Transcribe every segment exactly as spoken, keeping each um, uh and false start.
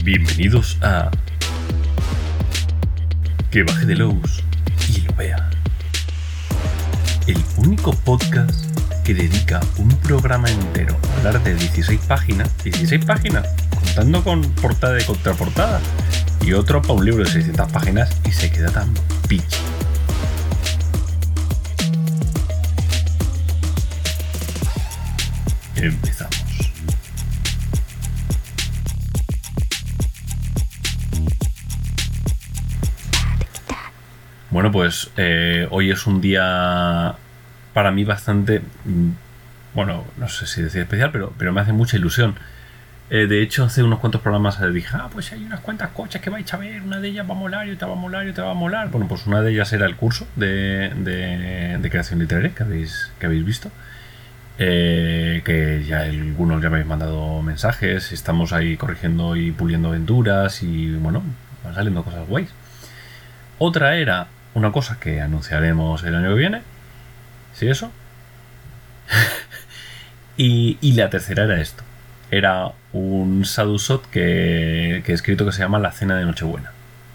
Bienvenidos a Que baje de Lowe's y lo vea. El único podcast que dedica un programa entero a hablar de dieciséis páginas, dieciséis páginas, contando con portada y contraportada, y otro para un libro de seiscientas páginas y se queda tan pichi. Empezamos. Bueno, pues eh, hoy es un día para mí bastante, bueno, no sé si decir especial, pero, pero me hace mucha ilusión. Eh, de hecho, hace unos cuantos programas dije, ah, pues hay unas cuantas coches que vais a ver, una de ellas va a molar y otra va a molar y otra va a molar. Bueno, pues una de ellas era el curso de, de, de creación literaria que habéis, que habéis visto. Eh, que ya algunos ya me habéis mandado mensajes, estamos ahí corrigiendo y puliendo aventuras y bueno, van saliendo cosas guays. Otra era una cosa que anunciaremos el año que viene, ¿sí eso? y, y la tercera era esto, era un sadusot que, que he escrito que se llama La Cena de Nochebuena.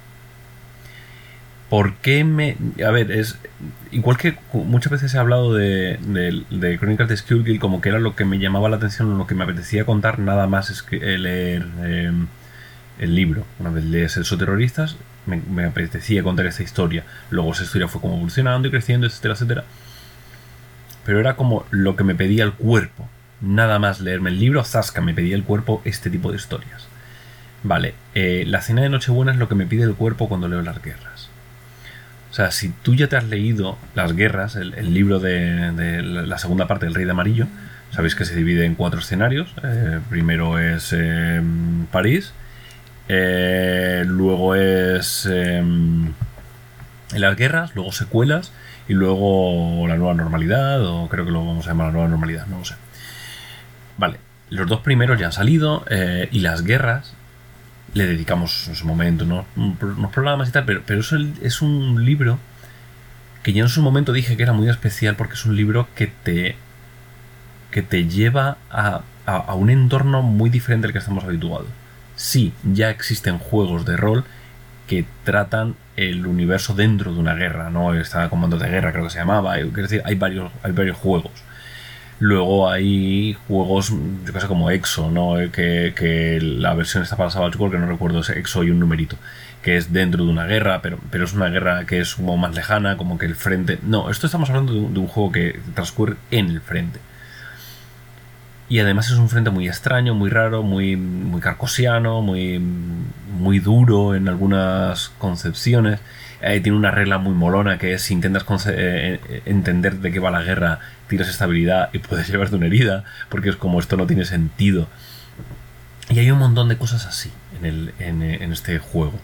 ¿Por qué me...? A ver, es... Igual que muchas veces he hablado de, de, de Crónicas de Skullgirl como que era lo que me llamaba la atención, lo que me apetecía contar, nada más es que leer eh, el libro. Una vez lees El Soterroristas, me, me apetecía contar esta historia. Luego esa historia fue como evolucionando y creciendo, etcétera, etcétera. Pero era como lo que me pedía el cuerpo. Nada más leerme el libro, zasca, me pedía el cuerpo este tipo de historias. Vale, eh, La Cena de Nochebuena es lo que me pide el cuerpo cuando leo Las Guerras. O sea, si tú ya te has leído Las Guerras, el, el libro de, de la segunda parte del Rey de Amarillo, sabéis que se divide en cuatro escenarios. Eh, primero es eh, París, eh, luego es eh, Las Guerras, luego secuelas y luego la nueva normalidad, o creo que lo vamos a llamar la nueva normalidad, no lo sé. Vale, los dos primeros ya han salido eh, y Las Guerras le dedicamos en su momento, ¿no?, unos programas y tal, pero, pero es, el, es un libro que yo en su momento dije que era muy especial porque es un libro que te que te lleva a, a, a un entorno muy diferente al que estamos habituados. Sí, ya existen juegos de rol que tratan el universo dentro de una guerra, ¿no? Está Comando de Guerra, creo que se llamaba, quiero decir, hay varios, hay varios juegos. Luego hay juegos, yo que sé, como Exo, ¿no? Que, que la versión está para Savage World, que no recuerdo, es Exo y un numerito, que es dentro de una guerra, pero, pero es una guerra que es como más lejana, como que el frente... No, esto estamos hablando de un, de un juego que transcurre en el frente. Y además es un frente muy extraño, muy raro, muy, muy carcosiano, muy, muy duro en algunas concepciones. Eh, tiene una regla muy molona que es: si intentas eh, entender de qué va la guerra, tiras estabilidad y puedes llevarte una herida, porque es como esto no tiene sentido. Y hay un montón de cosas así en, el, en, en este juego.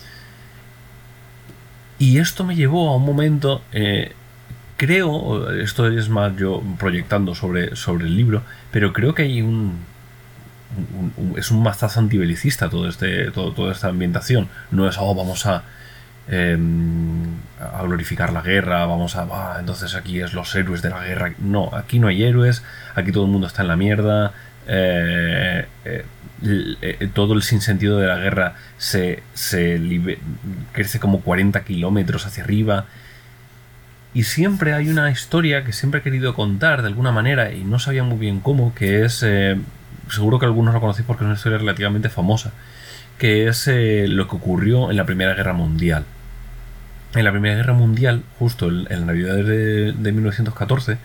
Y esto me llevó a un momento, eh, creo, esto es más yo proyectando sobre, sobre el libro, pero creo que hay un... un, un es un mazazo antibelicista todo este, todo, toda esta ambientación. No es, oh, vamos a... Eh, a glorificar la guerra, vamos a, ah, entonces aquí es los héroes de la guerra. No, aquí no hay héroes, aquí todo el mundo está en la mierda. eh, eh, eh, todo el sinsentido de la guerra se, se libe- crece como cuarenta kilómetros hacia arriba, y siempre hay una historia que siempre he querido contar de alguna manera y no sabía muy bien cómo, que es, eh, seguro que algunos lo conocéis porque es una historia relativamente famosa, que es eh, lo que ocurrió en la Primera Guerra Mundial. En la Primera Guerra Mundial, justo en, en la Navidad de, de mil novecientos catorce,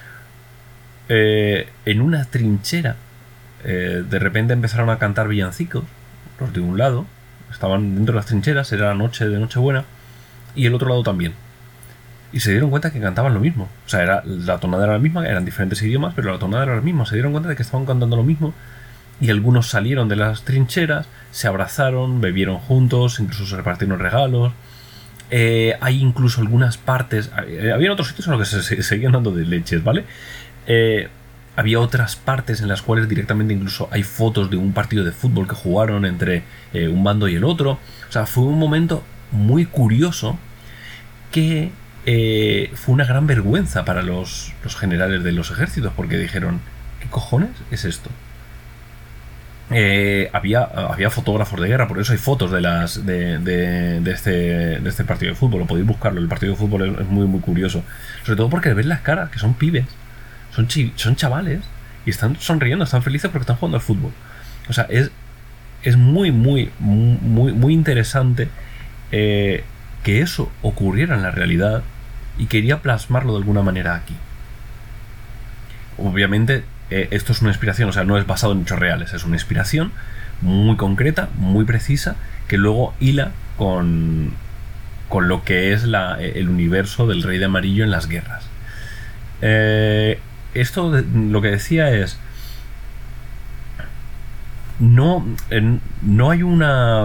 eh, en una trinchera, eh, de repente empezaron a cantar villancicos, los de un lado, estaban dentro de las trincheras, era la noche de Nochebuena, y el otro lado también. Y se dieron cuenta que cantaban lo mismo. O sea, era, la tonada era la misma, eran diferentes idiomas, pero la tonada era la misma. Se dieron cuenta de que estaban cantando lo mismo. Y algunos salieron de las trincheras, se abrazaron, bebieron juntos, incluso se repartieron regalos. Eh, hay incluso algunas partes... Eh, había otros sitios en los que se, se seguían dando de leches, ¿vale? Eh, había otras partes en las cuales directamente incluso hay fotos de un partido de fútbol que jugaron entre eh, un bando y el otro. O sea, fue un momento muy curioso que eh, fue una gran vergüenza para los, los generales de los ejércitos, porque dijeron, ¿qué cojones es esto? Eh, había, había fotógrafos de guerra, por eso hay fotos de las de, de, de, este, de este partido de fútbol. Lo podéis buscarlo, el partido de fútbol es, es muy muy curioso. Sobre todo porque ves las caras, que son pibes, son, chi, son chavales, y están sonriendo, están felices porque están jugando al fútbol. O sea, es, es muy muy muy muy interesante eh, que eso ocurriera en la realidad, y quería plasmarlo de alguna manera aquí. Obviamente eh, esto es una inspiración, o sea, no es basado en hechos reales, es una inspiración muy concreta, muy precisa, que luego hila con, con lo que es la, el universo del Rey de Amarillo en las guerras. Eh, esto de, lo que decía es, no, eh, no hay una...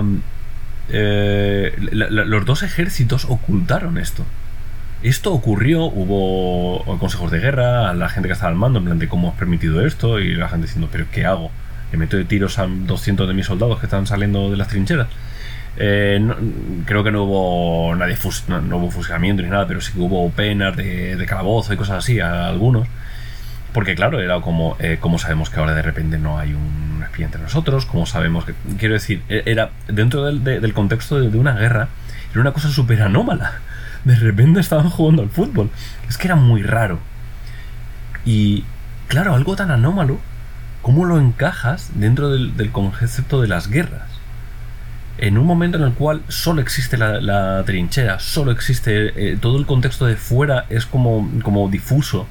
Eh, la, la, los dos ejércitos ocultaron esto. Esto ocurrió, hubo consejos de guerra, a la gente que estaba al mando, en plan de cómo has permitido esto, y la gente diciendo, pero ¿qué hago? ¿Le meto de tiros a doscientos de mis soldados que están saliendo de las trincheras? Eh, no, creo que no hubo nadie fus, no, no hubo fusilamiento ni nada, pero sí que hubo penas de, de calabozo y cosas así a algunos. Porque claro, era como, eh, ¿cómo sabemos que ahora de repente no hay un espía entre nosotros? ¿Cómo sabemos que...? Quiero decir, era dentro del, de, del contexto de, de una guerra, era una cosa súper anómala. De repente estaban jugando al fútbol. Es que era muy raro. Y claro, algo tan anómalo, ¿cómo lo encajas dentro del, del concepto de las guerras? En un momento en el cual solo existe la, la trinchera, solo existe eh, todo el contexto de fuera, es como, como difuso.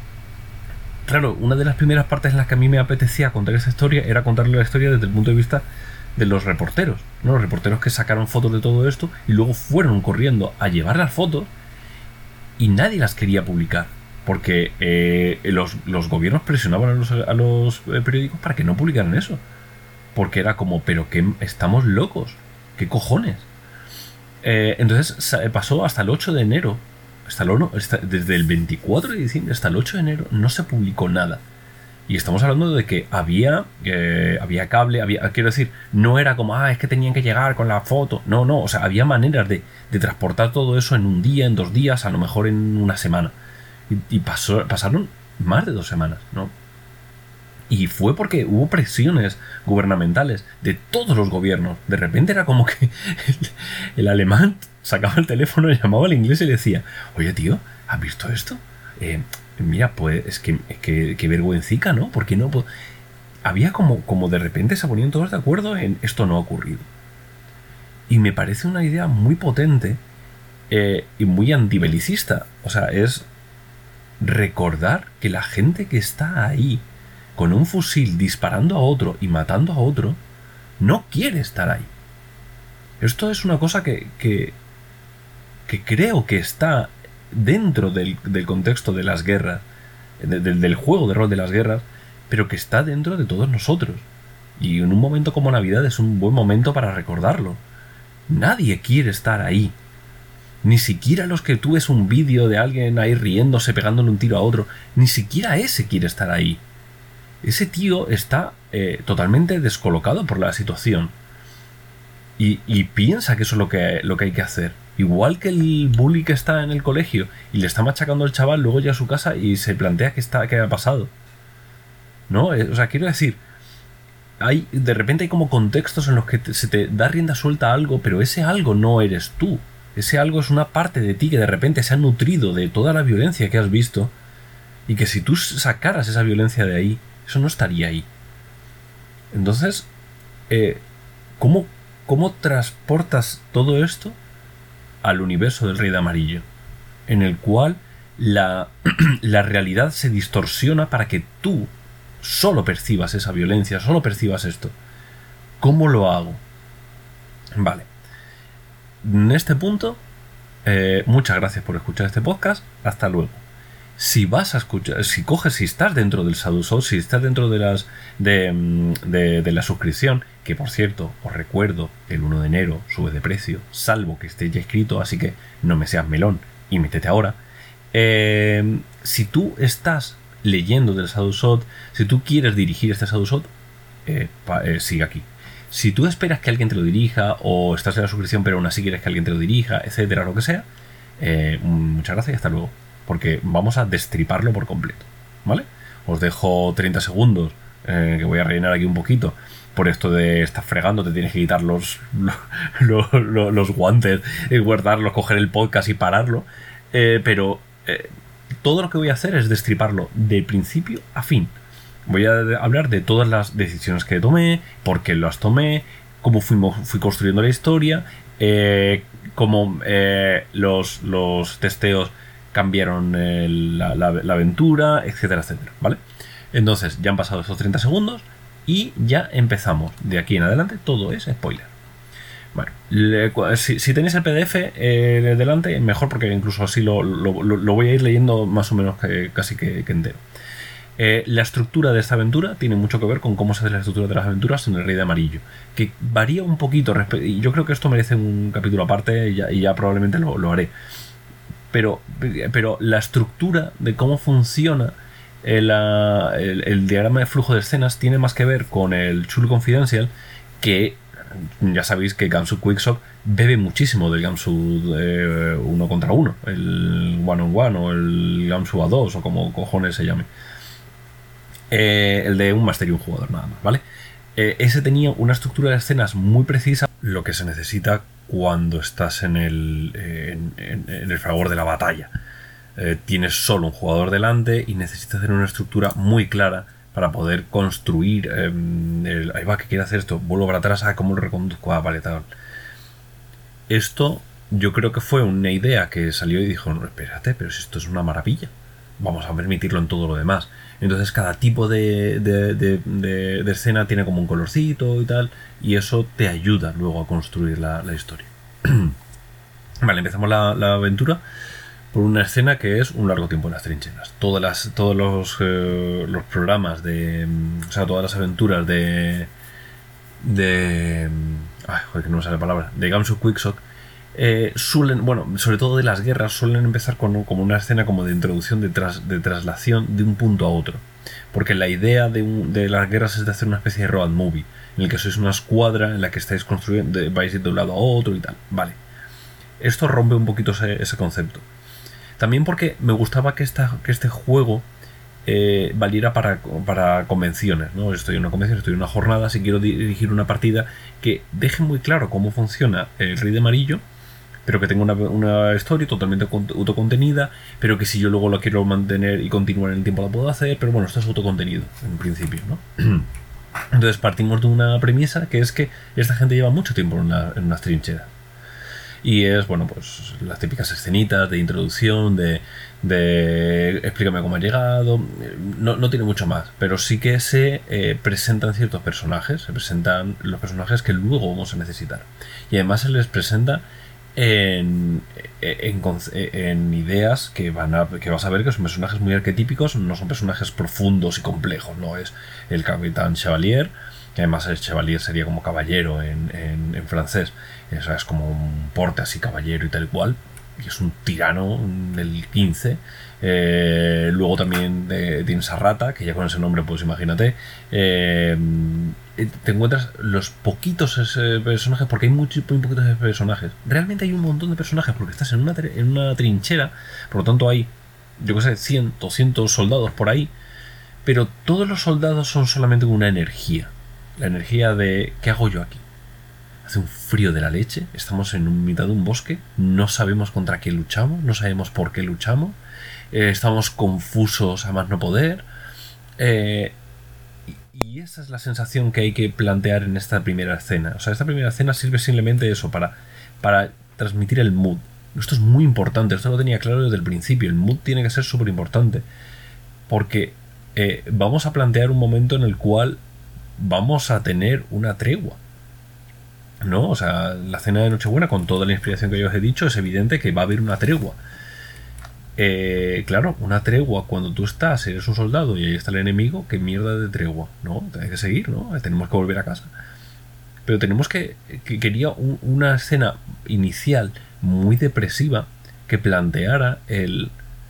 Claro, una de las primeras partes en las que a mí me apetecía contar esa historia era contarle la historia desde el punto de vista de los reporteros, ¿no? Los reporteros que sacaron fotos de todo esto y luego fueron corriendo a llevar las fotos, y nadie las quería publicar porque eh, los, los gobiernos presionaban a los, a los periódicos para que no publicaran eso, porque era como, pero que estamos locos, ¿qué cojones? Eh, entonces pasó hasta el ocho de enero, hasta el, hasta, desde el veinticuatro de diciembre hasta el ocho de enero no se publicó nada. Y estamos hablando de que había eh, había cable, había, quiero decir, no era como, ah, es que tenían que llegar con la foto. No, no, o sea, había maneras de, de transportar todo eso en un día, en dos días, a lo mejor en una semana. Y, y pasó, pasaron más de dos semanas, ¿no? Y fue porque hubo presiones gubernamentales de todos los gobiernos. De repente era como que el, el alemán sacaba el teléfono, llamaba al inglés y le decía, oye, tío, ¿has visto esto? Eh... Mira, pues es que, es que, que vergüencica, ¿no? Porque no puedo... Había como, como de repente se ponían todos de acuerdo en esto no ha ocurrido. Y me parece una idea muy potente eh, y muy antibelicista. O sea, es recordar que la gente que está ahí con un fusil disparando a otro y matando a otro no quiere estar ahí. Esto es una cosa que, que, que creo que está dentro del, del contexto de las guerras, de, de, del juego de rol de las guerras, pero que está dentro de todos nosotros. Y en un momento como Navidad es un buen momento para recordarlo. Nadie quiere estar ahí. Ni siquiera los que tú ves un vídeo de alguien ahí riéndose, pegándole un tiro a otro, ni siquiera ese quiere estar ahí. Ese tío está eh, totalmente descolocado por la situación. Y, y piensa que eso es lo que, lo que hay que hacer. Igual que el bully que está en el colegio y le está machacando al chaval, luego llega a su casa y se plantea qué, está, qué ha pasado. ¿No? O sea, quiero decir, hay, de repente hay como contextos en los que te, se te da rienda suelta a algo, pero ese algo no eres tú. Ese algo es una parte de ti que de repente se ha nutrido de toda la violencia que has visto, y que si tú sacaras esa violencia de ahí, eso no estaría ahí. Entonces, eh, ¿cómo, ¿cómo transportas todo esto al universo del Rey de Amarillo? En el cual la, la realidad se distorsiona para que tú solo percibas esa violencia, solo percibas esto. ¿Cómo lo hago? Vale. En este punto, eh, muchas gracias por escuchar este podcast. Hasta luego. Si vas a escuchar, si coges, si estás dentro del Sadusod, si estás dentro de las de, de, de la suscripción, que por cierto, os recuerdo, el uno de enero sube de precio, salvo que esté ya escrito, así que no me seas melón y métete ahora. Eh, si tú estás leyendo del Sadusod, si tú quieres dirigir este Sadusod, eh, eh, sigue aquí. Si tú esperas que alguien te lo dirija, o estás en la suscripción pero aún así quieres que alguien te lo dirija, etcétera, lo que sea, eh, muchas gracias y hasta luego. Porque vamos a destriparlo por completo, ¿vale? Os dejo treinta segundos, eh, que voy a rellenar aquí un poquito, por esto de estar fregando, te tienes que quitar los, los, los, los guantes, y guardarlos, coger el podcast y pararlo. Eh, pero eh, todo lo que voy a hacer es destriparlo de principio a fin. Voy a hablar de todas las decisiones que tomé, por qué las tomé, cómo fuimos, fui construyendo la historia, eh, cómo eh, los, los testeos cambiaron el, la, la, la aventura, etcétera, etcétera, ¿vale? Entonces, ya han pasado esos treinta segundos y ya empezamos. De aquí en adelante todo es spoiler. Bueno, le, si, si tenéis el P D F eh, delante, mejor, porque incluso así lo, lo, lo voy a ir leyendo más o menos que, casi que, que entero. Eh, la estructura de esta aventura tiene mucho que ver con cómo se hace la estructura de las aventuras en el Rey de Amarillo, que varía un poquito, y yo creo que esto merece un capítulo aparte y ya, y ya probablemente lo, lo haré. Pero, pero la estructura de cómo funciona el, el, el diagrama de flujo de escenas tiene más que ver con el True Confidential, que ya sabéis que Gamsu Quickshot bebe muchísimo del Gamsu eh, uno contra uno, el one on one o el Gamsu A dos o como cojones se llame. Eh, el de un máster y un jugador nada más, ¿vale? Eh, ese tenía una estructura de escenas muy precisa, lo que se necesita cuando estás en el, eh, en, en, en el fragor de la batalla. Eh, tienes solo un jugador delante y necesitas hacer una estructura muy clara para poder construir eh, el, ahí va, que quiere hacer esto, vuelvo para atrás, ah, cómo lo reconduzco, ah, vale, tal. Esto yo creo que fue una idea que salió y dijo, no, espérate, pero si esto es una maravilla, vamos a permitirlo en todo lo demás. Entonces cada tipo de, de, de, de, de escena tiene como un colorcito y tal, y eso te ayuda luego a construir la, la historia. Vale, empezamos la, la aventura por una escena que es un largo tiempo en las trincheras. Todas las, todos los, eh, los programas de... O sea, todas las aventuras de... de... Ay, joder, que no me sale la palabra. De Gamsu Quickshot. Eh, suelen, bueno, sobre todo de las guerras, suelen empezar con como una escena como de introducción, de, tras, de traslación de un punto a otro. Porque la idea de, un, de las guerras es de hacer una especie de road movie, en el que sois una escuadra en la que estáis construyendo, vais de un lado a otro y tal. Vale. Esto rompe un poquito ese, ese concepto. También porque me gustaba que, esta, que este juego eh, valiera para, para convenciones, ¿no? Estoy en una convención, estoy en una jornada, si quiero dirigir una partida que deje muy claro cómo funciona el Rey de Amarillo, pero que tenga una, una story totalmente autocontenida, pero que si yo luego lo quiero mantener y continuar en el tiempo la puedo hacer, pero bueno, esto es autocontenido en principio, ¿no? Entonces partimos de una premisa que es que esta gente lleva mucho tiempo en, la, en unas trincheras. Y es, bueno, pues las típicas escenitas de introducción, de, de explícame cómo ha llegado. No, no tiene mucho más, pero sí que se eh, presentan ciertos personajes, se presentan los personajes que luego vamos a necesitar. Y además se les presenta en, en, en ideas que, van a, que vas a ver que son personajes muy arquetípicos, no son personajes profundos y complejos, no es el Capitán Chevalier, que además el Chevalier sería como caballero en, en, en francés. Eso es como un porte así caballero y tal y cual, y es un tirano del quince. Eh, luego también eh, tienes a Rata, que ya con ese nombre pues imagínate. Eh, te encuentras los poquitos ese personajes, porque hay muy, muy poquitos de personajes. Realmente hay un montón de personajes porque estás en una, en una trinchera, por lo tanto hay, yo que sé, cien, doscientos soldados por ahí, pero todos los soldados son solamente una energía. La energía de ¿qué hago yo aquí? Hace un frío de la leche, estamos en mitad de un bosque, no sabemos contra qué luchamos, no sabemos por qué luchamos, eh, estamos confusos a más no poder, eh, y, y esa es la sensación que hay que plantear en esta primera escena. O sea, esta primera escena sirve simplemente eso, para, para transmitir el mood. Esto es muy importante, esto lo tenía claro desde el principio, el mood tiene que ser súper importante, porque eh, vamos a plantear un momento en el cual vamos a tener una tregua, ¿no? O sea, la cena de Nochebuena, con toda la inspiración que yo os he dicho, es evidente que va a haber una tregua. Eh, claro, una tregua cuando tú estás, eres un soldado y ahí está el enemigo, qué mierda de tregua, ¿no? Hay que seguir, ¿no? Tenemos que volver a casa. Pero tenemos que... que quería un, una escena inicial muy depresiva que planteara el...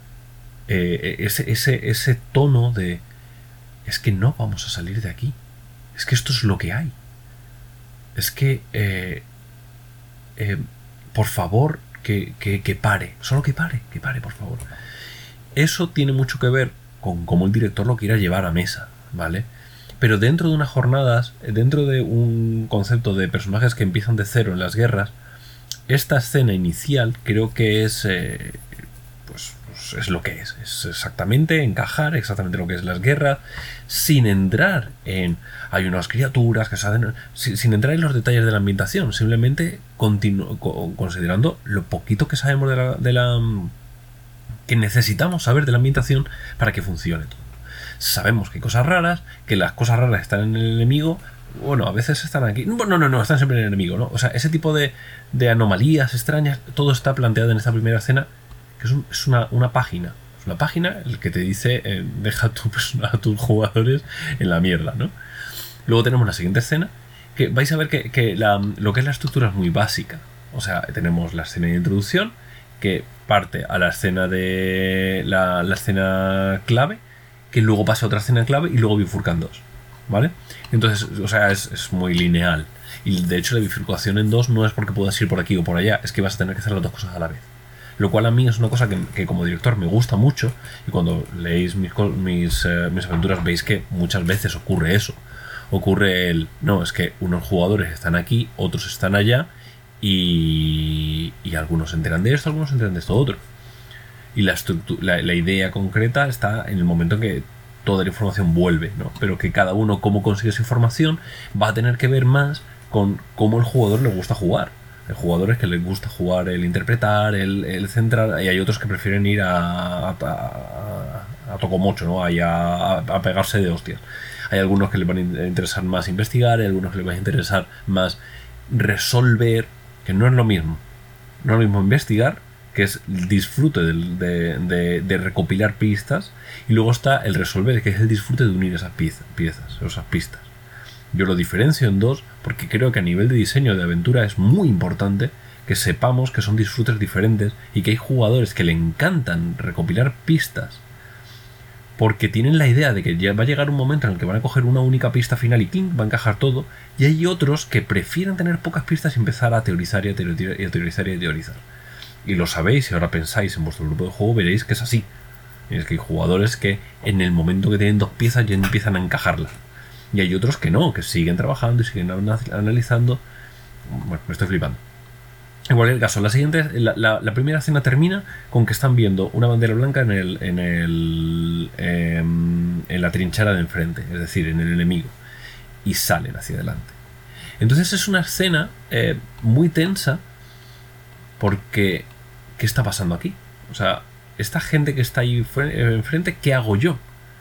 Eh, ese, ese, ese tono de... es que no vamos a salir de aquí. Es que esto es lo que hay. Es que, eh, eh, por favor, que, que, que pare. Solo que pare, que pare, por favor. Eso tiene mucho que ver con cómo el director lo quiera llevar a mesa, ¿vale? Pero dentro de unas jornadas, dentro de un concepto de personajes que empiezan de cero en las guerras, esta escena inicial creo que es eh, pues, pues es lo que es, es exactamente encajar exactamente lo que es las guerras, sin entrar en hay unas criaturas que salen, sin, sin entrar en los detalles de la ambientación, simplemente continu, considerando lo poquito que sabemos de la, de la que necesitamos saber de la ambientación para que funcione todo. Sabemos que hay cosas raras, que las cosas raras están en el enemigo. Bueno, a veces están aquí. No, no, no, están siempre en el enemigo, ¿no? O sea, ese tipo de, de anomalías extrañas, todo está planteado en esta primera escena, que es, un, es una, una página. Es una página el que te dice, eh, deja a, tu, a tus jugadores en la mierda, ¿no? Luego tenemos la siguiente escena, que vais a ver que, que la, lo que es la estructura es muy básica. O sea, tenemos la escena de introducción, que parte a la escena de la, la escena clave, que luego pasa a otra escena clave y luego bifurcan dos, ¿vale? Entonces, o sea, es, es muy lineal. Y de hecho la bifurcación en dos no es porque puedas ir por aquí o por allá, es que vas a tener que hacer las dos cosas a la vez. Lo cual a mí es una cosa que, que como director me gusta mucho, y cuando leéis mis, mis, eh, mis aventuras veis que muchas veces ocurre eso. Ocurre el, no, es que unos jugadores están aquí, otros están allá, y, y algunos se enteran de esto, algunos se enteran de esto otro. Y la, la, la idea concreta está en el momento en que toda la información vuelve, ¿no? Pero que cada uno, cómo consigue esa información, va a tener que ver más con cómo el jugador le gusta jugar. Hay jugadores que les gusta jugar el interpretar, el, el centrar, y hay otros que prefieren ir a, a, a, a tocomocho, ¿no? Ahí a, a pegarse de hostias. Hay algunos que les van a interesar más investigar, hay algunos que les van a interesar más resolver, que no es lo mismo. No es lo mismo investigar, que es el disfrute de, de, de, de recopilar pistas, y luego está el resolver, que es el disfrute de unir esas piezas, piezas, esas pistas. Yo lo diferencio en dos porque creo que a nivel de diseño de aventura es muy importante que sepamos que son disfrutes diferentes y que hay jugadores que le encantan recopilar pistas porque tienen la idea de que ya va a llegar un momento en el que van a coger una única pista final y ¡clink! Va a encajar todo, y hay otros que prefieren tener pocas pistas y empezar a teorizar y a teorizar y a teorizar, y a teorizar. Y lo sabéis, y ahora pensáis en vuestro grupo de juego, veréis que es así. Y es que hay jugadores que en el momento que tienen dos piezas ya empiezan a encajarlas. Y hay otros que no, que siguen trabajando y siguen analizando. Bueno, me estoy flipando. En cualquier caso, la siguiente, la, la, la primera escena termina con que están viendo una bandera blanca en el, en el eh, en la trinchera de enfrente, es decir, en el enemigo, y salen hacia adelante. Entonces es una escena eh, muy tensa porque ¿qué está pasando aquí? O sea, esta gente que está ahí enfrente, ¿qué hago yo?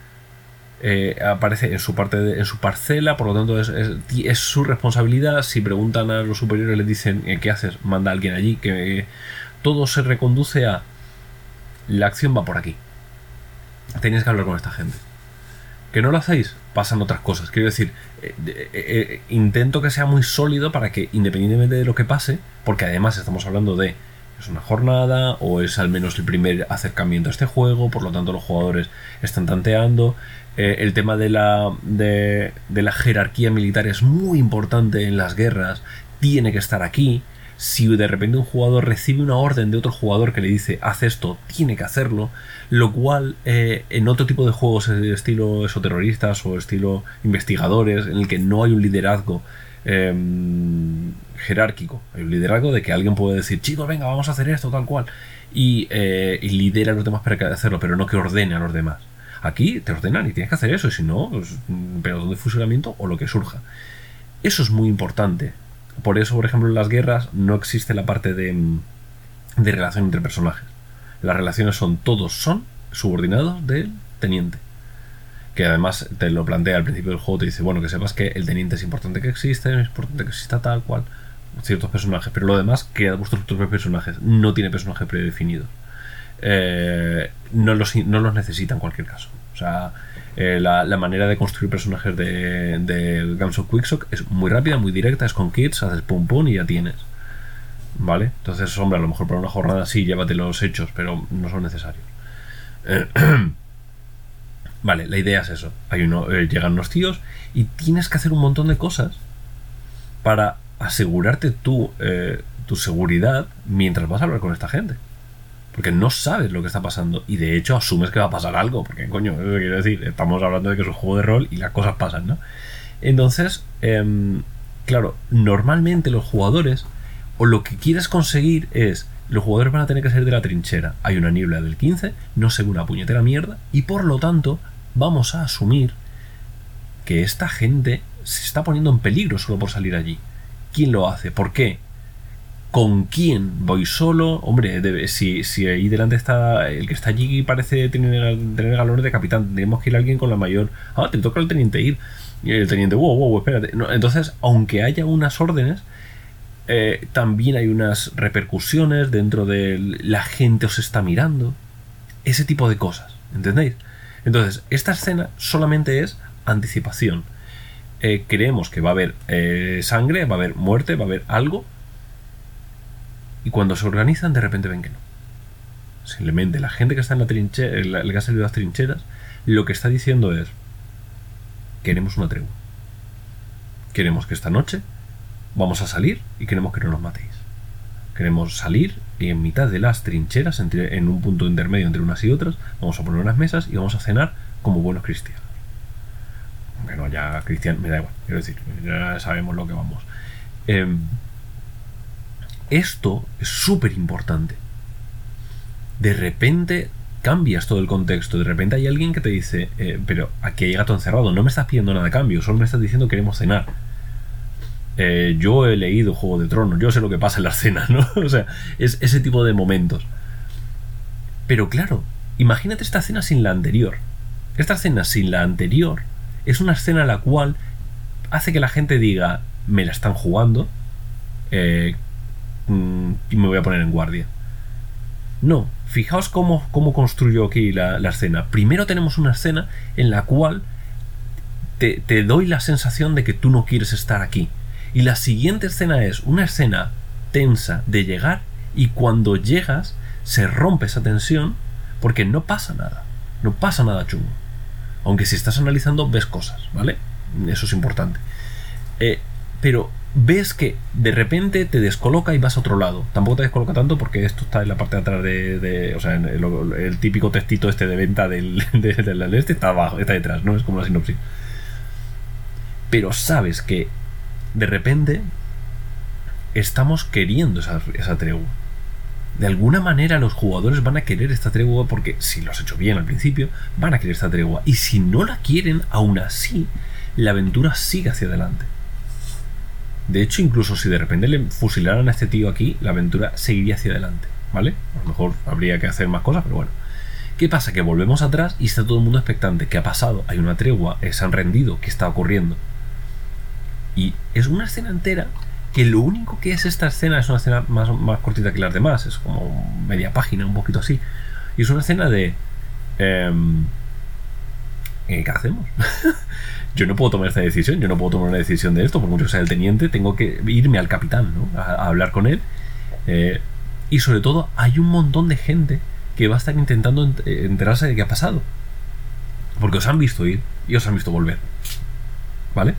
Eh, aparece en su parte de, en su parcela, por lo tanto es, es, es su responsabilidad. Si preguntan a los superiores, les dicen eh, ¿qué haces? Manda a alguien allí. Que eh, todo se reconduce a la acción va por aquí. Tenéis que hablar con esta gente. ¿Que no lo hacéis? Pasan otras cosas. Quiero decir, eh, eh, eh, intento que sea muy sólido para que, independientemente de lo que pase, porque además estamos hablando de es una jornada o es al menos el primer acercamiento a este juego, por lo tanto los jugadores están tanteando. Eh, el tema de la, de, de la jerarquía militar es muy importante en las guerras, tiene que estar aquí. Si de repente un jugador recibe una orden de otro jugador que le dice haz esto, tiene que hacerlo, lo cual eh, en otro tipo de juegos de estilo esoterroristas o estilo investigadores, en el que no hay un liderazgo eh, jerárquico, hay un liderazgo de que alguien puede decir chicos venga vamos a hacer esto tal cual y, eh, y lidera a los demás para hacerlo, pero no que ordene a los demás. Aquí te ordenan y tienes que hacer eso, y si no, pues, un pelotón de fusilamiento o lo que surja. Eso es muy importante. Por eso, por ejemplo, en las guerras no existe la parte de, de relación entre personajes. Las relaciones son, todos son subordinados del teniente. Que además te lo plantea al principio del juego, te dice, bueno, que sepas que el teniente es importante que existe, es importante que exista tal cual, ciertos personajes, pero lo demás, cread vuestros propios personajes. No tiene personajes predefinidos. Eh, no, los, no los necesita en cualquier caso. O sea, eh, la, la manera de construir personajes de, de Games of Quicksock es muy rápida, muy directa, es con kits, haces pum pum y ya tienes. ¿Vale? Entonces, hombre, a lo mejor para una jornada sí, llévate los hechos, pero no son necesarios. Eh, vale, la idea es eso. Hay uno, eh, llegan unos tíos y tienes que hacer un montón de cosas para asegurarte tu, eh, tu seguridad mientras vas a hablar con esta gente. Porque no sabes lo que está pasando. Y de hecho asumes que va a pasar algo. Porque, coño, eso quiero decir, estamos hablando de que es un juego de rol y las cosas pasan, ¿no? Entonces, eh, claro, normalmente los jugadores, o lo que quieres conseguir es, los jugadores van a tener que salir de la trinchera. Hay una niebla del quince, no se ve una puñetera mierda, y por lo tanto, vamos a asumir que esta gente se está poniendo en peligro solo por salir allí. ¿Quién lo hace? ¿Por qué? ¿Con quién? ¿Voy solo? Hombre, debe, si, si ahí delante está el que está allí parece tener, tener galones de capitán, tendríamos que ir a alguien con la mayor. Ah, te toca el teniente ir. Y el teniente, wow, wow, espérate. No, entonces, aunque haya unas órdenes, eh, también hay unas repercusiones dentro de la gente os está mirando. Ese tipo de cosas, ¿entendéis? Entonces, esta escena solamente es anticipación. Eh, creemos que va a haber eh, sangre, va a haber muerte, va a haber algo. Y cuando se organizan, de repente ven que no. Simplemente la gente que está en la trinchera, el que ha salido de las trincheras, lo que está diciendo es: queremos una tregua. Queremos que esta noche vamos a salir y queremos que no nos matéis. Queremos salir y en mitad de las trincheras, entre, en un punto intermedio entre unas y otras, vamos a poner unas mesas y vamos a cenar como buenos cristianos. Aunque no haya cristianos, me da igual. Quiero decir, ya sabemos lo que vamos. Eh, Esto es súper importante. De repente cambias todo el contexto. De repente hay alguien que te dice, eh, pero aquí hay gato encerrado, no me estás pidiendo nada a cambio, solo me estás diciendo que queremos cenar. Eh, yo he leído Juego de Tronos, yo sé lo que pasa en las cenas, ¿no? O sea, es ese tipo de momentos. Pero claro, imagínate esta escena sin la anterior. Esta escena sin la anterior es una escena en la cual hace que la gente diga, me la están jugando, eh, y me voy a poner en guardia. No, fijaos cómo, cómo construyo aquí la, la escena. Primero tenemos una escena en la cual te, te doy la sensación de que tú no quieres estar aquí. Y la siguiente escena es una escena tensa de llegar, y cuando llegas se rompe esa tensión porque no pasa nada. No pasa nada chungo. Aunque si estás analizando ves cosas, ¿vale? Eso es importante. Eh, pero ves que de repente te descoloca y vas a otro lado. Tampoco te descoloca tanto porque esto está en la parte de atrás de... de o sea, en el, el típico textito este de venta del, de, de la este está abajo, está detrás, ¿no? Es como la sinopsis. Pero sabes que de repente estamos queriendo esa, esa tregua. De alguna manera los jugadores van a querer esta tregua porque si lo has hecho bien al principio, van a querer esta tregua. Y si no la quieren, aún así, la aventura sigue hacia adelante. De hecho, incluso si de repente le fusilaran a este tío aquí, la aventura seguiría hacia adelante, ¿vale? A lo mejor habría que hacer más cosas, pero bueno. ¿Qué pasa? Que volvemos atrás y está todo el mundo expectante. ¿Qué ha pasado? Hay una tregua, se han rendido, ¿qué está ocurriendo? Y es una escena entera que lo único que es esta escena es una escena más, más cortita que las demás. Es como media página, un poquito así. Y es una escena de... Eh, ¿qué hacemos? Yo no puedo tomar esta decisión, yo no puedo tomar una decisión de esto, por mucho que sea el teniente, tengo que irme al capitán, ¿no? a, a hablar con él. Eh, y sobre todo, hay un montón de gente que va a estar intentando enterarse de qué ha pasado. Porque os han visto ir y os han visto volver. ¿Vale?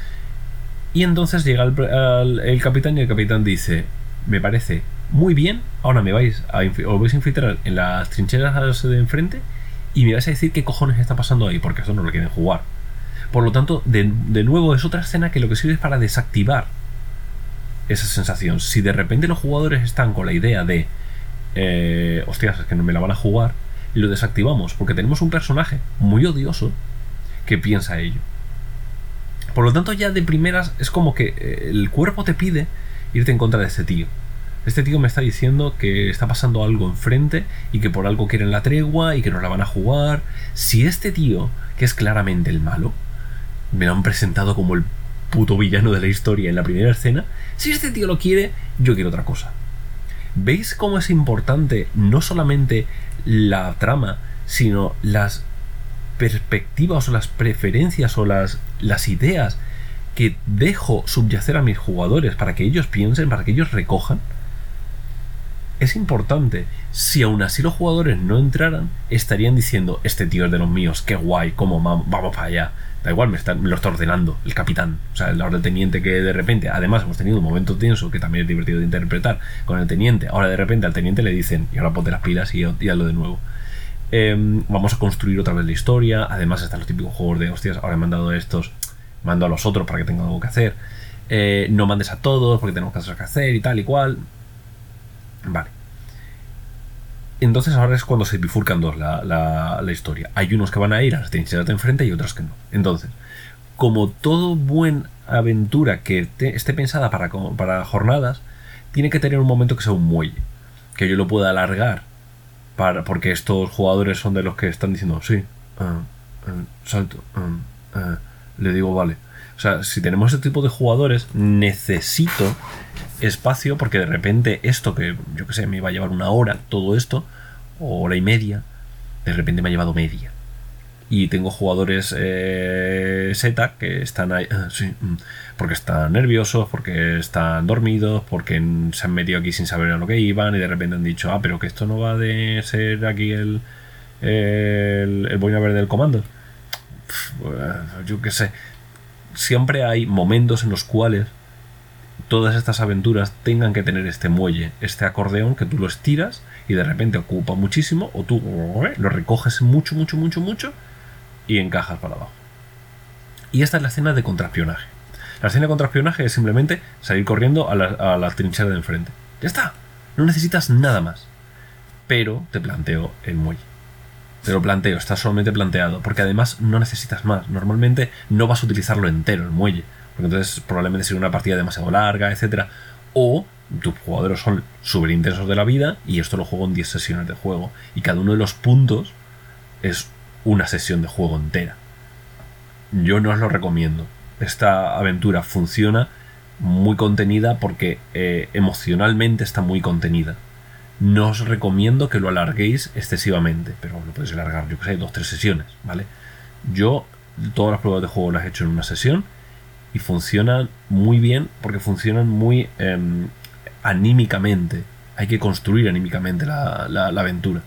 Y entonces llega el, al, el capitán y el capitán dice: me parece muy bien, ahora me vais a, os vais a infiltrar en las trincheras de enfrente y me vais a decir qué cojones está pasando ahí, porque eso no lo quieren jugar. Por lo tanto, de, de nuevo es otra escena que lo que sirve es para desactivar esa sensación. Si de repente los jugadores están con la idea de eh, hostias, es que no me la van a jugar, lo desactivamos porque tenemos un personaje muy odioso que piensa ello. Por lo tanto, ya de primeras es como que eh, el cuerpo te pide irte en contra de este tío. Este tío me está diciendo que está pasando algo enfrente y que por algo quieren la tregua y que nos la van a jugar. Si este tío, que es claramente el malo, me lo han presentado como el puto villano de la historia en la primera escena, si este tío lo quiere, yo quiero otra cosa. ¿Veis cómo es importante no solamente la trama, sino las perspectivas o las preferencias o las, las ideas que dejo subyacer a mis jugadores para que ellos piensen, para que ellos recojan? es importante. Si aún así los jugadores no entraran, estarían diciendo, este tío es de los míos, qué guay, cómo vamos para allá. Da igual, me, está, me lo está ordenando el capitán, o sea, el orden teniente, que de repente, además hemos tenido un momento tenso que también es divertido de interpretar con el teniente. Ahora de repente al teniente le dicen, y ahora ponte las pilas y, y hazlo de nuevo. Eh, vamos a construir otra vez la historia. Además están los típicos juegos de, hostias, ahora he mandado a estos, mando a los otros para que tengan algo que hacer. Eh, no mandes a todos porque tenemos cosas que hacer y tal y cual. Vale. Entonces ahora es cuando se bifurcan dos la, la, la historia. Hay unos que van a ir a las trincheras de enfrente y otros que no. Entonces, como todo buen aventura que te, esté pensada para, para jornadas, tiene que tener un momento que sea un muelle. Que yo lo pueda alargar. Para, porque estos jugadores son de los que están diciendo, sí, uh, uh, salto, uh, uh, le digo vale. O sea, si tenemos ese tipo de jugadores, necesito espacio, porque de repente esto que, yo que sé, me iba a llevar una hora, todo esto, o hora y media, de repente me ha llevado media. Y tengo jugadores eh, Z que están ahí, uh, sí, mm, porque están nerviosos, porque están dormidos, porque se han metido aquí sin saber a lo que iban, y de repente han dicho, ah, pero que esto no va de ser aquí el, el, el boina verde del comando. Pff, yo que sé. Siempre hay momentos en los cuales todas estas aventuras tengan que tener este muelle, este acordeón que tú lo estiras y de repente ocupa muchísimo, o tú lo recoges mucho, mucho, mucho, mucho y encajas para abajo. Y esta es la escena de contraespionaje. La escena de contraespionaje es simplemente salir corriendo a la, a la trinchera de enfrente. Ya está, no necesitas nada más. Pero te planteo el muelle. Te lo planteo, está solamente planteado, porque además no necesitas más. Normalmente no vas a utilizarlo entero, el muelle, porque entonces probablemente sería una partida demasiado larga, etcétera. O tus jugadores son súper intensos de la vida y esto lo juego en diez sesiones de juego. Y cada uno de los puntos es una sesión de juego entera. Yo no os lo recomiendo. Esta aventura funciona muy contenida porque eh, emocionalmente está muy contenida. No os recomiendo que lo alarguéis excesivamente, pero lo podéis alargar, yo que sé, dos o tres sesiones, ¿vale? Yo todas las pruebas de juego las he hecho en una sesión y funcionan muy bien porque funcionan muy eh, anímicamente. Hay que construir anímicamente la, la, la aventura.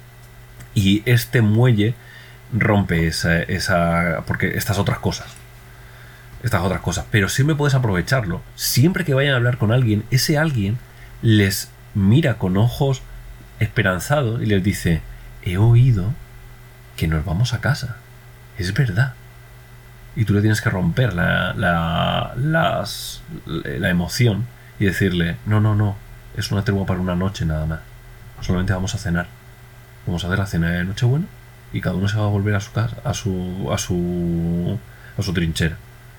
Y este muelle rompe esa, esa... porque estas otras cosas. Estas otras cosas. Pero siempre puedes aprovecharlo. Siempre que vayan a hablar con alguien, ese alguien les mira con ojos esperanzados y les dice, he oído que nos vamos a casa. Es verdad. Y tú le tienes que romper la, la, las, la emoción y decirle, no, no, no, es una tregua para una noche nada más. Solamente vamos a cenar. Vamos a hacer la cena de Nochebuena y cada uno se va a volver a su casa, a su, a su, a su trinchera.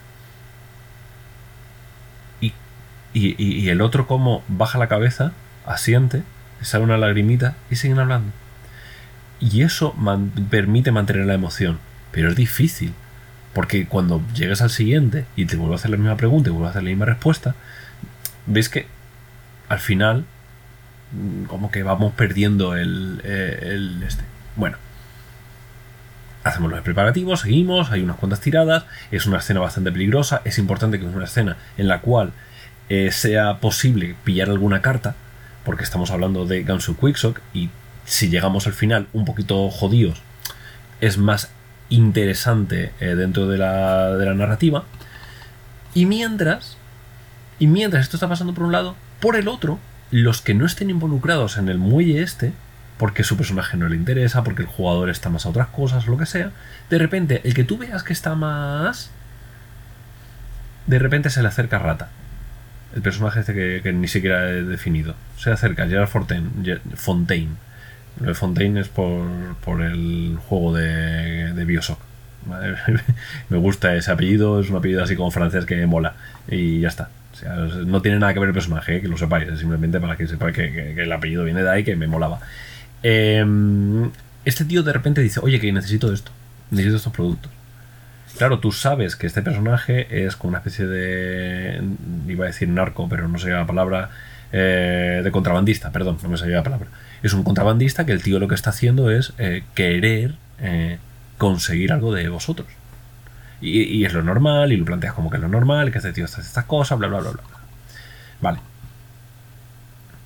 Y, y, y el otro como baja la cabeza, asiente, sale una lagrimita y siguen hablando. Y eso man- permite mantener la emoción. Pero es difícil, porque cuando llegues al siguiente y te vuelvo a hacer la misma pregunta y vuelvo a hacer la misma respuesta, ves que al final como que vamos perdiendo el, el este. Bueno, hacemos los preparativos, seguimos, hay unas cuantas tiradas, es una escena bastante peligrosa, es importante que es una escena en la cual eh, sea posible pillar alguna carta, porque estamos hablando de Guns of Quicksock y si llegamos al final un poquito jodidos es más interesante eh, dentro de la, de la narrativa. Y mientras y mientras esto está pasando por un lado, por el otro, los que no estén involucrados en el muelle este, porque su personaje no le interesa, porque el jugador está más a otras cosas, lo que sea, de repente el que tú veas que está más, de repente se le acerca Rata, el personaje este que, que ni siquiera he definido. Se acerca Gerard Fontaine. Fontaine. Lo de Fontaine es por, por el juego de, de Bioshock. ¿Vale? Me gusta ese apellido, es un apellido así como francés que mola. Y ya está. O sea, no tiene nada que ver el personaje, ¿eh? Que lo sepáis. Es simplemente para que sepáis que, que, que el apellido viene de ahí, que me molaba. Eh, este tío de repente dice, oye, que necesito esto. Necesito estos productos. Claro, tú sabes que este personaje es como una especie de... iba a decir narco, pero no sé la palabra... Eh, de contrabandista, perdón, no me salía la palabra. Es un contrabandista que el tío lo que está haciendo es eh, querer eh, conseguir algo de vosotros. Y, y es lo normal, y lo planteas como que es lo normal, que este tío hace estas cosas, bla, bla, bla, bla. Vale.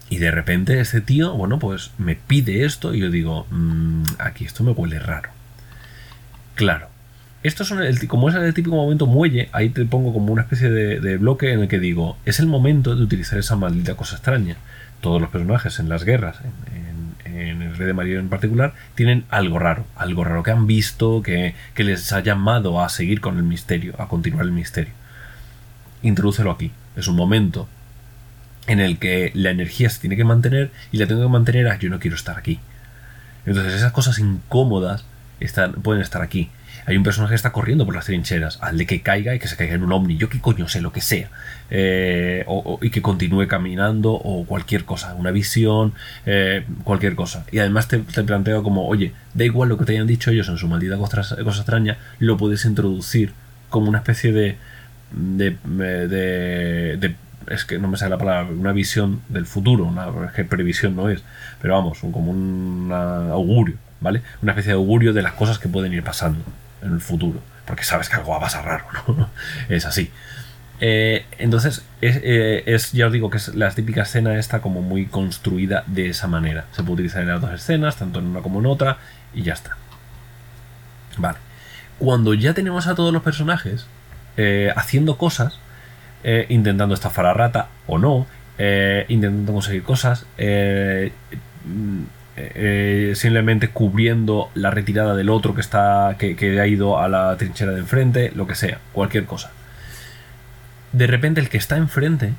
Y de repente este tío, bueno, pues me pide esto y yo digo, mmm, aquí esto me huele raro. Claro. Esto es el, como es el típico momento muelle, ahí te pongo como una especie de, de bloque en el que digo, es el momento de utilizar esa maldita cosa extraña. Todos los personajes en las guerras, en, en, en el Rey de María en particular, tienen algo raro, algo raro que han visto, que, que les ha llamado a seguir con el misterio, a continuar el misterio. Introdúcelo aquí. Es un momento en el que la energía se tiene que mantener y la tengo que mantener a yo no quiero estar aquí. Entonces esas cosas incómodas están, pueden estar aquí. Hay un personaje que está corriendo por las trincheras, al de que caiga y que se caiga en un ovni, yo qué coño sé, lo que sea, eh, o, o, y que continúe caminando o cualquier cosa, una visión, eh, cualquier cosa. Y además te, te planteo como, oye, da igual lo que te hayan dicho ellos en su maldita cosa, cosa extraña, lo puedes introducir como una especie de de, de, de, de es que no me sale la palabra, una visión del futuro, una, es que previsión no es, pero vamos, un, como un augurio, ¿vale? Una especie de augurio de las cosas que pueden ir pasando en el futuro, porque sabes que algo va a pasar raro, ¿no? Es así. Eh, entonces, es, eh, es, ya os digo que es la típica escena esta como muy construida de esa manera. Se puede utilizar en las dos escenas, tanto en una como en otra, y ya está. Vale. Cuando ya tenemos a todos los personajes eh, haciendo cosas, eh, intentando estafar a Rata o no, eh, intentando conseguir cosas, eh, Eh, simplemente cubriendo la retirada del otro que está que, que ha ido a la trinchera de enfrente, lo que sea, cualquier cosa. De repente el que está enfrente,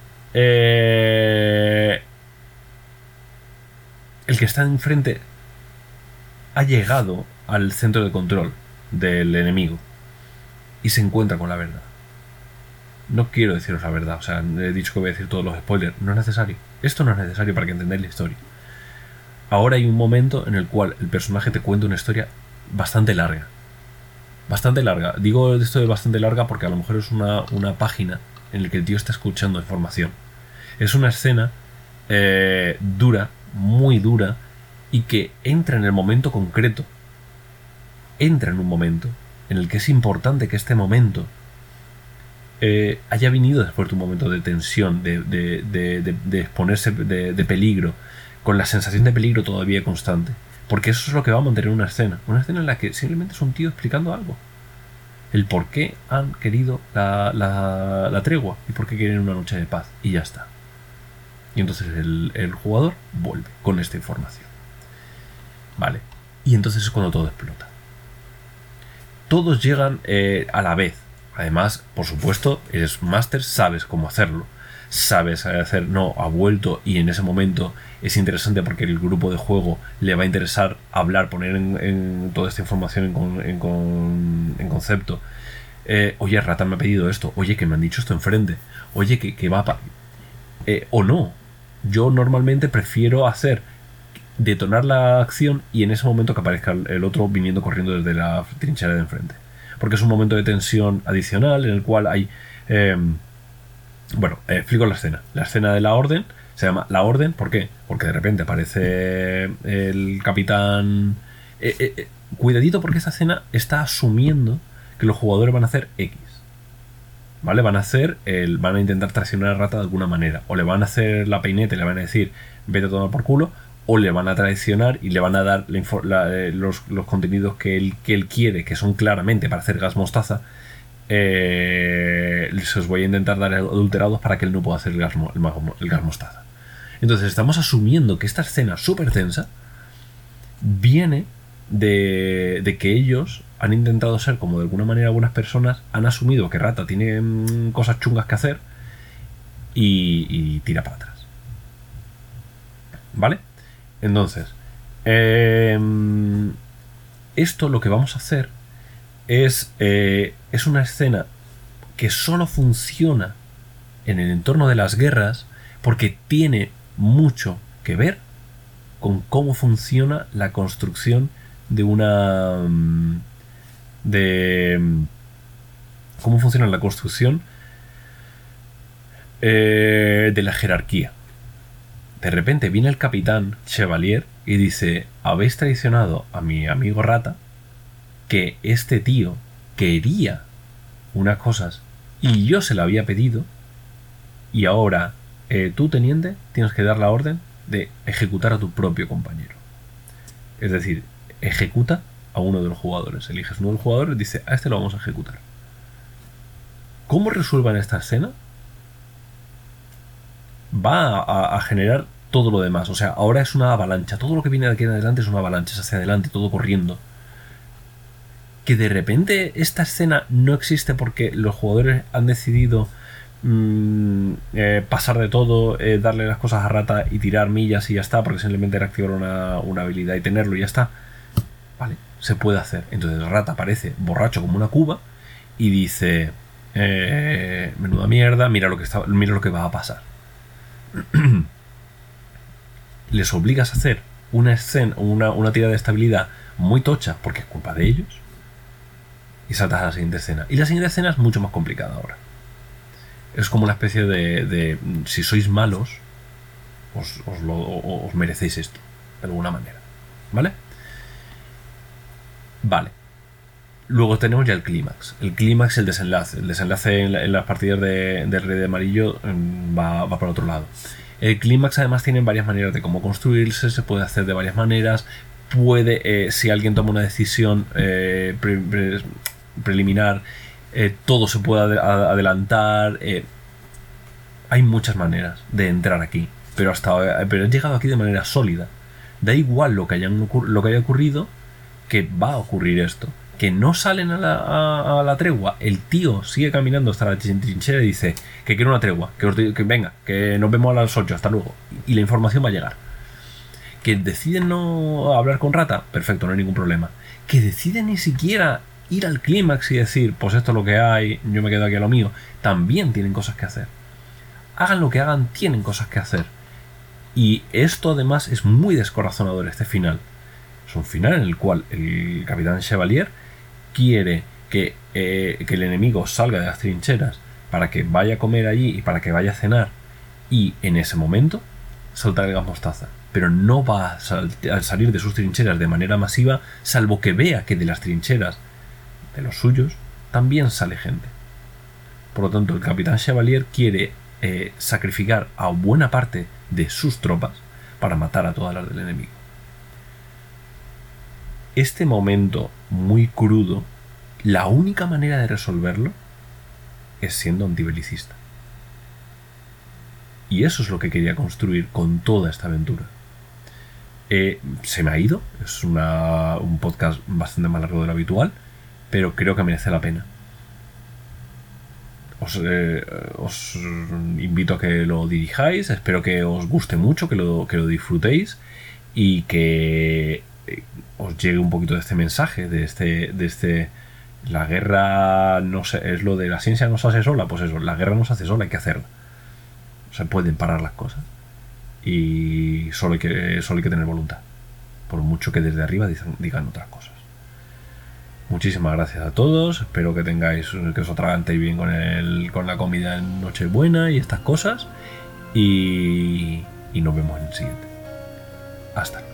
eh, el que está enfrente ha llegado al centro de control del enemigo y se encuentra con la verdad. No quiero deciros la verdad, o sea, he dicho que voy a decir todos los spoilers, no es necesario. Esto no es necesario para que entendáis la historia. Ahora hay un momento en el cual el personaje te cuenta una historia bastante larga. Bastante larga. Digo esto de bastante larga porque a lo mejor es una, una página en la que el tío está escuchando información. Es una escena eh, dura, muy dura, y que entra en el momento concreto. Entra en un momento en el que es importante que este momento eh, haya venido después de un momento de tensión, de, de, de, de, de exponerse de, de peligro, con la sensación de peligro todavía constante. Porque eso es lo que va a mantener una escena. Una escena en la que simplemente es un tío explicando algo. El por qué han querido la, la, la tregua y por qué quieren una noche de paz. Y ya está. Y entonces el, el jugador vuelve con esta información. Vale. Y entonces es cuando todo explota. Todos llegan eh, a la vez. Además, por supuesto, eres máster, sabes cómo hacerlo. Sabes hacer, no, ha vuelto, y en ese momento es interesante porque el grupo de juego le va a interesar hablar, poner en, en toda esta información en, en, en, en concepto. Eh, oye, Rata me ha pedido esto, oye, que me han dicho esto enfrente, oye, que, que va a... Eh, o no, yo normalmente prefiero hacer detonar la acción y en ese momento que aparezca el otro viniendo corriendo desde la trinchera de enfrente, porque es un momento de tensión adicional en el cual hay... Eh, Bueno, eh, explico la escena. La escena de la orden se llama La Orden, ¿por qué? Porque de repente aparece el capitán... Eh, eh, eh, cuidadito porque esta escena está asumiendo que los jugadores van a hacer X. ¿Vale? Van a hacer el, van a intentar traicionar a Rata de alguna manera. O le van a hacer la peineta y le van a decir vete a tomar por culo. O le van a traicionar y le van a dar la, la, eh, los, los contenidos que él, que él quiere, que son claramente para hacer gas mostaza. Eh, se os voy a intentar dar adulterados para que él no pueda hacer el gas, el, el gas mostaza. Entonces estamos asumiendo que esta escena súper tensa viene de, de que ellos han intentado ser como de alguna manera buenas personas, han asumido que Rata tiene mmm, cosas chungas que hacer y, y tira para atrás. ¿Vale? Entonces eh, esto lo que vamos a hacer es, eh, es una escena que solo funciona en el entorno de las guerras porque tiene mucho que ver con cómo funciona la construcción de una... de... cómo funciona la construcción eh, de la jerarquía. De repente viene el capitán Chevalier y dice: habéis traicionado a mi amigo Rata, que este tío quería unas cosas y yo se lo había pedido, y ahora eh, tú, teniente, tienes que dar la orden de ejecutar a tu propio compañero. Es decir, ejecuta a uno de los jugadores. Eliges uno de los jugadores y dice, a este lo vamos a ejecutar. ¿Cómo resuelvan esta escena? Va a, a generar todo lo demás. O sea, ahora es una avalancha. Todo lo que viene de aquí en adelante es una avalancha. Es hacia adelante, todo corriendo. Que de repente esta escena no existe porque los jugadores han decidido mmm, eh, pasar de todo, eh, darle las cosas a Rata y tirar millas y ya está, porque simplemente era activar una, una habilidad y tenerlo y ya está. Vale, se puede hacer. Entonces Rata aparece borracho como una cuba y dice, eh, menuda mierda, mira lo que está, mira lo que va a pasar. Les obligas a hacer una escena, una, una tirada de estabilidad muy tocha porque es culpa de ellos y saltas a la siguiente escena. Y la siguiente escena es mucho más complicada ahora. Es como una especie de, de si sois malos os, os, lo, os merecéis esto de alguna manera, ¿vale? Vale. Luego tenemos ya el clímax. El clímax, el desenlace. El desenlace en, la, en las partidas de, de Rey de Amarillo va, va por otro lado. El clímax además tiene varias maneras de cómo construirse, se puede hacer de varias maneras. Puede, eh, si alguien toma una decisión eh, pre, pre, preliminar, eh, todo se puede ad adelantar. Eh, hay muchas maneras de entrar aquí, pero hasta pero he llegado aquí de manera sólida. Da igual lo que, hayan, lo que haya ocurrido, que va a ocurrir esto. Que no salen a la, a, a la tregua. El tío sigue caminando hasta la trinchera y dice que quiere una tregua, que, os, que venga, que nos vemos a las ocho, hasta luego. Y la información va a llegar. Que deciden no hablar con Rata, perfecto, no hay ningún problema. Que deciden ni siquiera ir al clímax y decir, pues esto es lo que hay, yo me quedo aquí a lo mío, también tienen cosas que hacer. Hagan lo que hagan, tienen cosas que hacer. Y esto además es muy descorazonador, este final. Es un final en el cual el capitán Chevalier quiere que, eh, que el enemigo salga de las trincheras para que vaya a comer allí y para que vaya a cenar, y en ese momento saltar el gas mostaza, pero no va a, sal a salir de sus trincheras de manera masiva, salvo que vea que de las trincheras de los suyos también sale gente. Por lo tanto, el capitán Chevalier quiere eh, sacrificar a buena parte de sus tropas para matar a todas las del enemigo. Este momento muy crudo, la única manera de resolverlo es siendo antibelicista. Y eso es lo que quería construir con toda esta aventura. Eh, se me ha ido, es una, un podcast bastante más largo de lo habitual, pero creo que merece la pena. Os, eh, os invito a que lo dirijáis, espero que os guste mucho, que lo, que lo disfrutéis y que os llegue un poquito de este mensaje, de este, de este, la guerra no se, es lo de la ciencia no se hace sola, pues eso, la guerra no se hace sola, hay que hacerla. Se pueden parar las cosas y solo hay que, solo hay que tener voluntad, por mucho que desde arriba digan, digan otras cosas. Muchísimas gracias a todos, espero que tengáis, que os atragantéis bien con, el, con la comida en Nochebuena y estas cosas, y, y nos vemos en el siguiente. Hasta luego.